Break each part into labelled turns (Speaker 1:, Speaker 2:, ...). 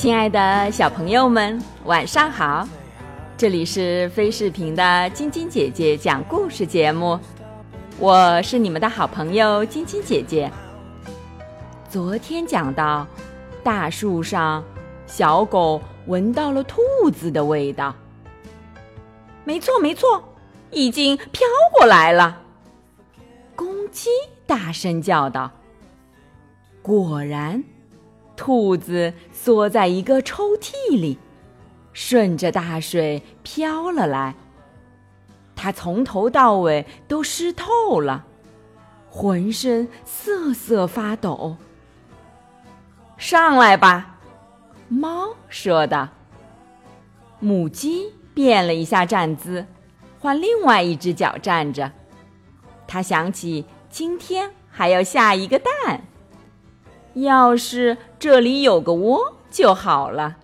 Speaker 1: 亲爱的小朋友们，晚上好！这里是飞视频的晶晶姐姐讲故事节目，我是你们的好朋友晶晶姐姐。昨天讲到，大树上小狗闻到了兔子的味道。没错没错，已经飘过来了。公鸡大声叫道。果然，兔子缩在一个抽屉里，顺着大水飘了来。它从头到尾都湿透了，浑身瑟瑟发抖。上来吧，猫说道。母鸡变了一下站姿，换另外一只脚站着。它想起今天还要下一个蛋，要是这里有个窝就好了。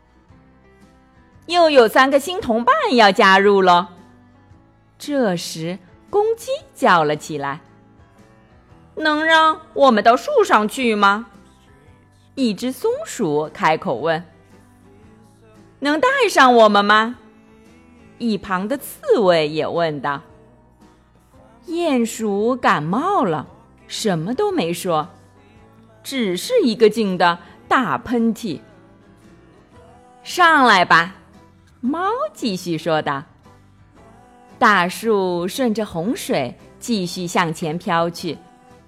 Speaker 1: 又有3个新同伴要加入了。这时公鸡叫了起来：能让我们到树上去吗？一只松鼠开口问。能带上我们吗？一旁的刺猬也问道。鼹鼠感冒了，什么都没说，只是一个劲的大喷嚏。上来吧，猫继续说道。大树顺着洪水继续向前飘去。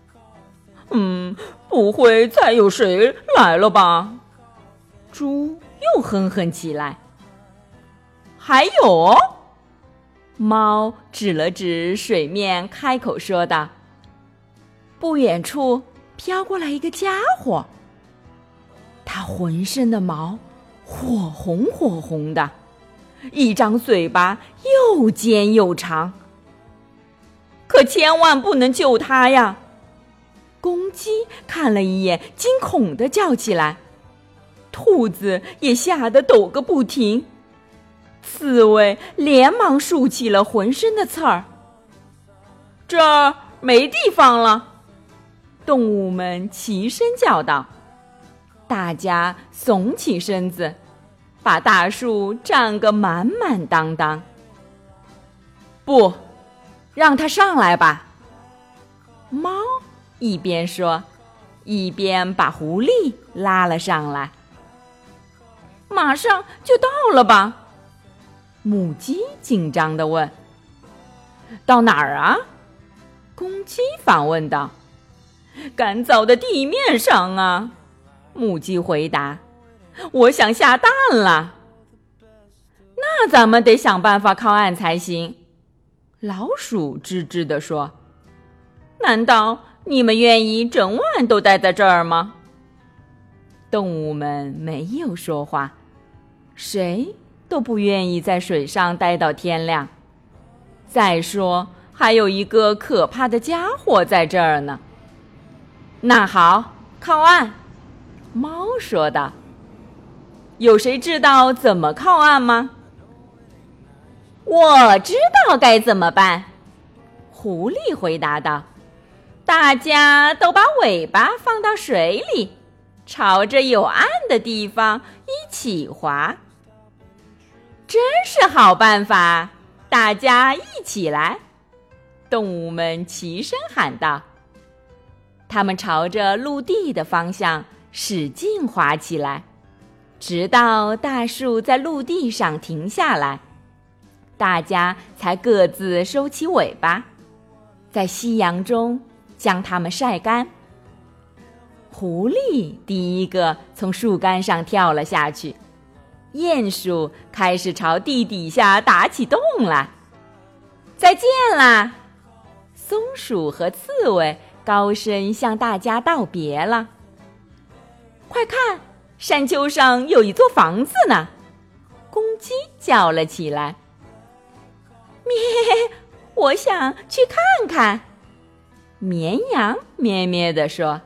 Speaker 1: 不会再有谁来了吧？猪又哼哼起来。还有哦，猫指了指水面开口说道。不远处飘过来一个家伙，它浑身的毛火红火红的，一张嘴巴又尖又长。可千万不能救它呀！公鸡看了一眼，惊恐地叫起来。兔子也吓得抖个不停。刺猬连忙竖起了浑身的刺儿。这儿没地方了！动物们齐声叫道。大家耸起身子，把大树占个满满当当。不，让它上来吧！猫一边说，一边把狐狸拉了上来。马上就到了吧？母鸡紧张地问。到哪儿啊？公鸡反问道。干燥的地面上啊，母鸡回答。我想下蛋了。那咱们得想办法靠岸才行。老鼠吱吱地说。难道你们愿意整晚都待在这儿吗？动物们没有说话，谁都不愿意在水上待到天亮。再说，还有一个可怕的家伙在这儿呢。那好，靠岸，猫说道。有谁知道怎么靠岸吗？我知道该怎么办，狐狸回答道。大家都把尾巴放到水里，朝着有岸的地方一起划。真是好办法，大家一起来！动物们齐声喊道。他们朝着陆地的方向使劲划起来，直到大树在陆地上停下来，大家才各自收起尾巴，在夕阳中将它们晒干。狐狸第一个从树干上跳了下去，鼹鼠开始朝地底下打起洞来。再见啦！松鼠和刺猬高声向大家道别了。快看，山丘上有一座房子呢！公鸡叫了起来。咩，我想去看看。绵羊咩咩地说。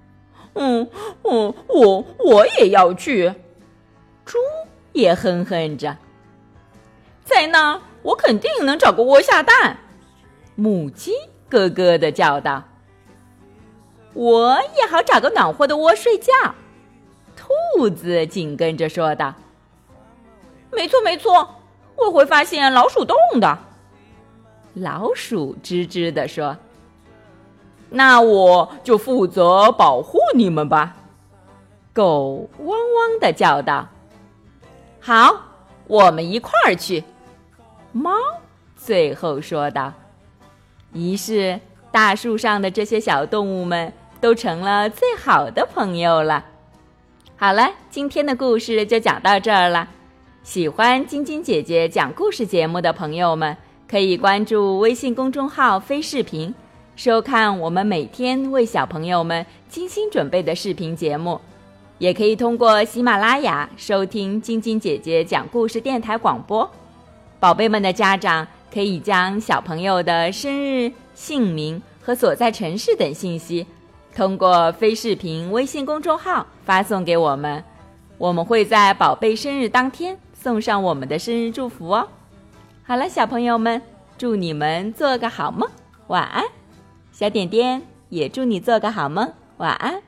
Speaker 1: 我也要去。猪也哼哼着。在那儿，我肯定能找个窝下蛋。母鸡咯咯地叫道。我也好找个暖和的窝睡觉。兔兔子紧跟着说道：“没错没错，我会发现老鼠洞的。”老鼠吱吱地说：“那我就负责保护你们吧。”狗汪汪地叫道：“好，我们一块儿去。”猫最后说道。于是大树上的这些小动物们都成了最好的朋友了。好了，今天的故事就讲到这儿了。喜欢晶晶姐姐讲故事节目的朋友们，可以关注微信公众号飞视频，收看我们每天为小朋友们精心准备的视频节目。也可以通过喜马拉雅收听晶晶姐姐讲故事电台广播。宝贝们的家长可以将小朋友的生日、姓名和所在城市等信息通过飞视频微信公众号发送给我们，我们会在宝贝生日当天送上我们的生日祝福哦。好了，小朋友们，祝你们做个好梦，晚安。小点点也祝你做个好梦，晚安。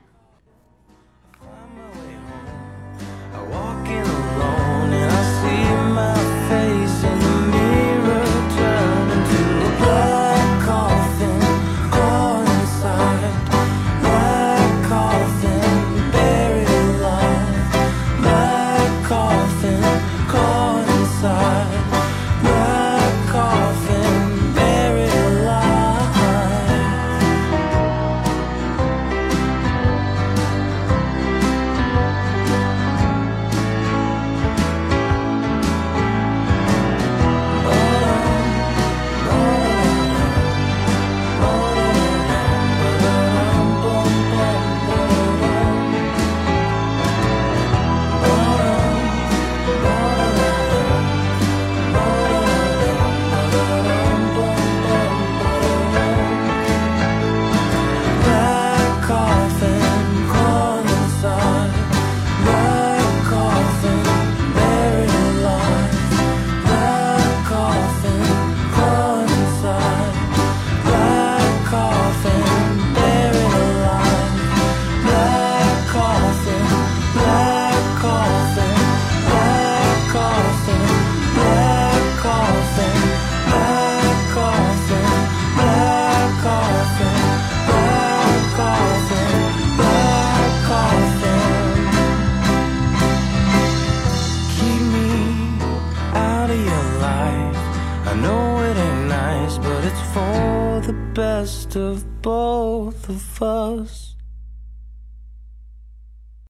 Speaker 2: I know it ain't nice, but it's for the best of both of us.